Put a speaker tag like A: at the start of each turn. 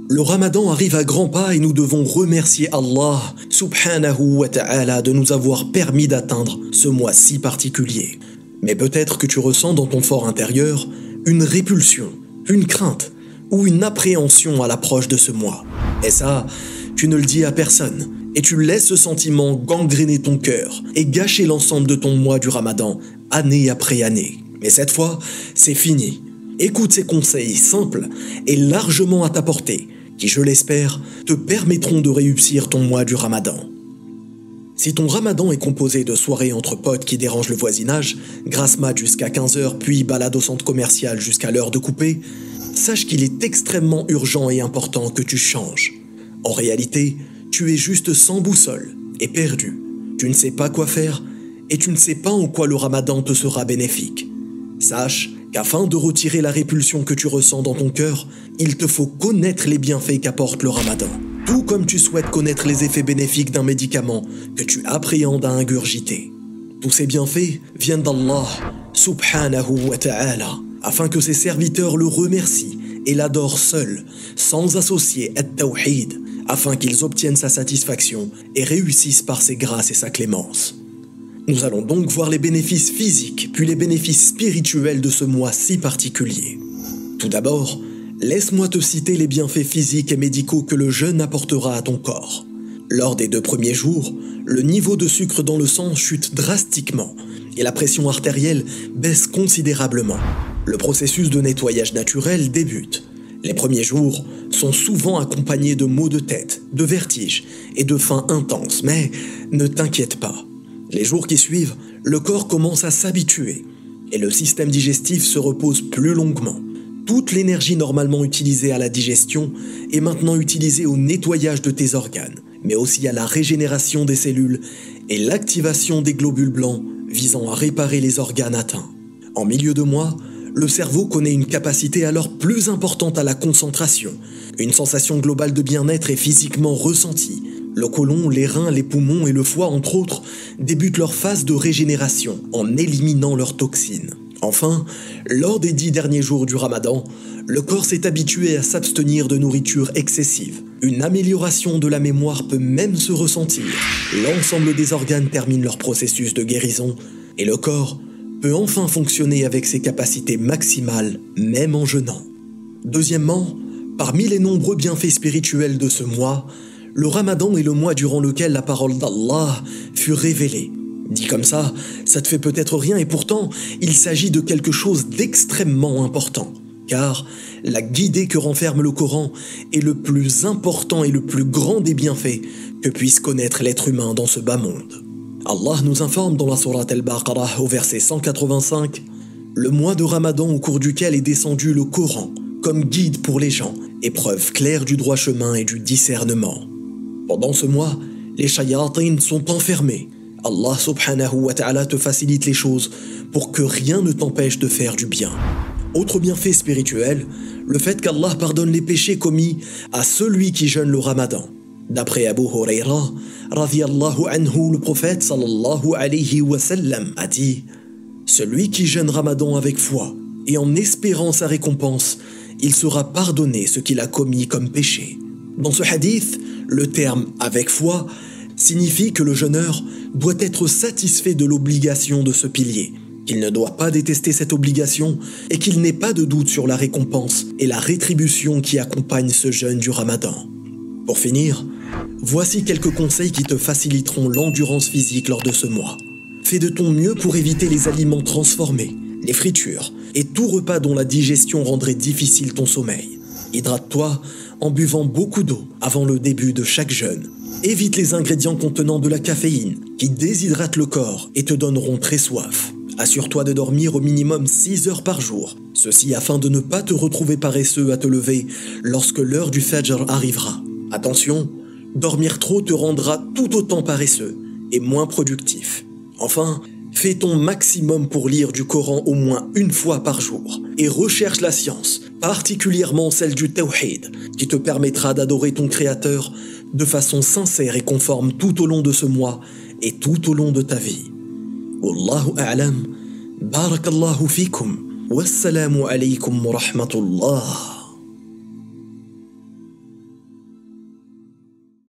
A: Le Ramadan arrive à grands pas et nous devons remercier Allah subhanahu wa ta'ala de nous avoir permis d'atteindre ce mois si particulier. Mais peut-être que tu ressens dans ton fort intérieur une répulsion, une crainte ou une appréhension à l'approche de ce mois. Et ça, tu ne le dis à personne. Et tu laisses ce sentiment gangréner ton cœur et gâcher l'ensemble de ton mois du Ramadan, année après année. Mais cette fois, c'est fini. Écoute ces conseils simples et largement à ta portée, qui, je l'espère, te permettront de réussir ton mois du Ramadan. Si ton Ramadan est composé de soirées entre potes qui dérangent le voisinage, grasse mat jusqu'à 15h puis balade au centre commercial jusqu'à l'heure de couper, sache qu'il est extrêmement urgent et important que tu changes. En réalité, tu es juste sans boussole et perdu. Tu ne sais pas quoi faire et tu ne sais pas en quoi le Ramadan te sera bénéfique. Sache qu'afin de retirer la répulsion que tu ressens dans ton cœur, il te faut connaître les bienfaits qu'apporte le Ramadan. Tout comme tu souhaites connaître les effets bénéfiques d'un médicament que tu appréhendes à ingurgiter. Tous ces bienfaits viennent d'Allah subhanahu wa ta'ala, afin que ses serviteurs le remercient et l'adorent seul, sans associer at-tawhid, afin qu'ils obtiennent sa satisfaction et réussissent par ses grâces et sa clémence. Nous allons donc voir les bénéfices physiques, puis les bénéfices spirituels de ce mois si particulier. Tout d'abord, laisse-moi te citer les bienfaits physiques et médicaux que le jeûne apportera à ton corps. Lors des 2 premiers jours, le niveau de sucre dans le sang chute drastiquement et la pression artérielle baisse considérablement. Le processus de nettoyage naturel débute. Les premiers jours sont souvent accompagnés de maux de tête, de vertiges et de faim intense, mais ne t'inquiète pas. Les jours qui suivent, le corps commence à s'habituer et le système digestif se repose plus longuement. Toute l'énergie normalement utilisée à la digestion est maintenant utilisée au nettoyage de tes organes, mais aussi à la régénération des cellules et l'activation des globules blancs visant à réparer les organes atteints. En milieu de mois, le cerveau connaît une capacité alors plus importante à la concentration. Une sensation globale de bien-être est physiquement ressentie. Le côlon, les reins, les poumons et le foie, entre autres, débutent leur phase de régénération en éliminant leurs toxines. Enfin, lors des 10 derniers jours du Ramadan, le corps s'est habitué à s'abstenir de nourriture excessive. Une amélioration de la mémoire peut même se ressentir. L'ensemble des organes terminent leur processus de guérison et le corps peut enfin fonctionner avec ses capacités maximales, même en jeûnant. Deuxièmement, parmi les nombreux bienfaits spirituels de ce mois, le Ramadan est le mois durant lequel la parole d'Allah fut révélée. Dit comme ça te fait peut-être rien et pourtant, il s'agit de quelque chose d'extrêmement important. Car la guidée que renferme le Coran est le plus important et le plus grand des bienfaits que puisse connaître l'être humain dans ce bas monde. Allah nous informe dans la sourate Al-Baqarah au verset 185 « Le mois de Ramadan au cours duquel est descendu le Coran, comme guide pour les gens, et preuve claire du droit chemin et du discernement. » Pendant ce mois, les shayatines sont enfermés. Allah subhanahu wa ta'ala te facilite les choses pour que rien ne t'empêche de faire du bien. Autre bienfait spirituel, le fait qu'Allah pardonne les péchés commis à celui qui jeûne le Ramadan. D'après Abu Huraira, radiyallahu anhu, le prophète sallallahu alayhi wa sallam a dit « Celui qui jeûne Ramadan avec foi et en espérant sa récompense, il sera pardonné ce qu'il a commis comme péché. » Dans ce hadith, le terme « avec foi » signifie que le jeûneur doit être satisfait de l'obligation de ce pilier, qu'il ne doit pas détester cette obligation et qu'il n'ait pas de doute sur la récompense et la rétribution qui accompagnent ce jeûne du Ramadan. Pour finir, voici quelques conseils qui te faciliteront l'endurance physique lors de ce mois. Fais de ton mieux pour éviter les aliments transformés, les fritures et tout repas dont la digestion rendrait difficile ton sommeil. Hydrate-toi en buvant beaucoup d'eau avant le début de chaque jeûne. Évite les ingrédients contenant de la caféine qui déshydratent le corps et te donneront très soif. Assure-toi de dormir au minimum 6 heures par jour. Ceci afin de ne pas te retrouver paresseux à te lever lorsque l'heure du Fajr arrivera. Attention, dormir trop te rendra tout autant paresseux et moins productif. Enfin, fais ton maximum pour lire du Coran au moins 1 fois par jour et recherche la science, particulièrement celle du Tawhid, qui te permettra d'adorer ton Créateur de façon sincère et conforme tout au long de ce mois et tout au long de ta vie. Wallahu a'lam, barakallahu fikum, wassalamu alaykum wa rahmatullah.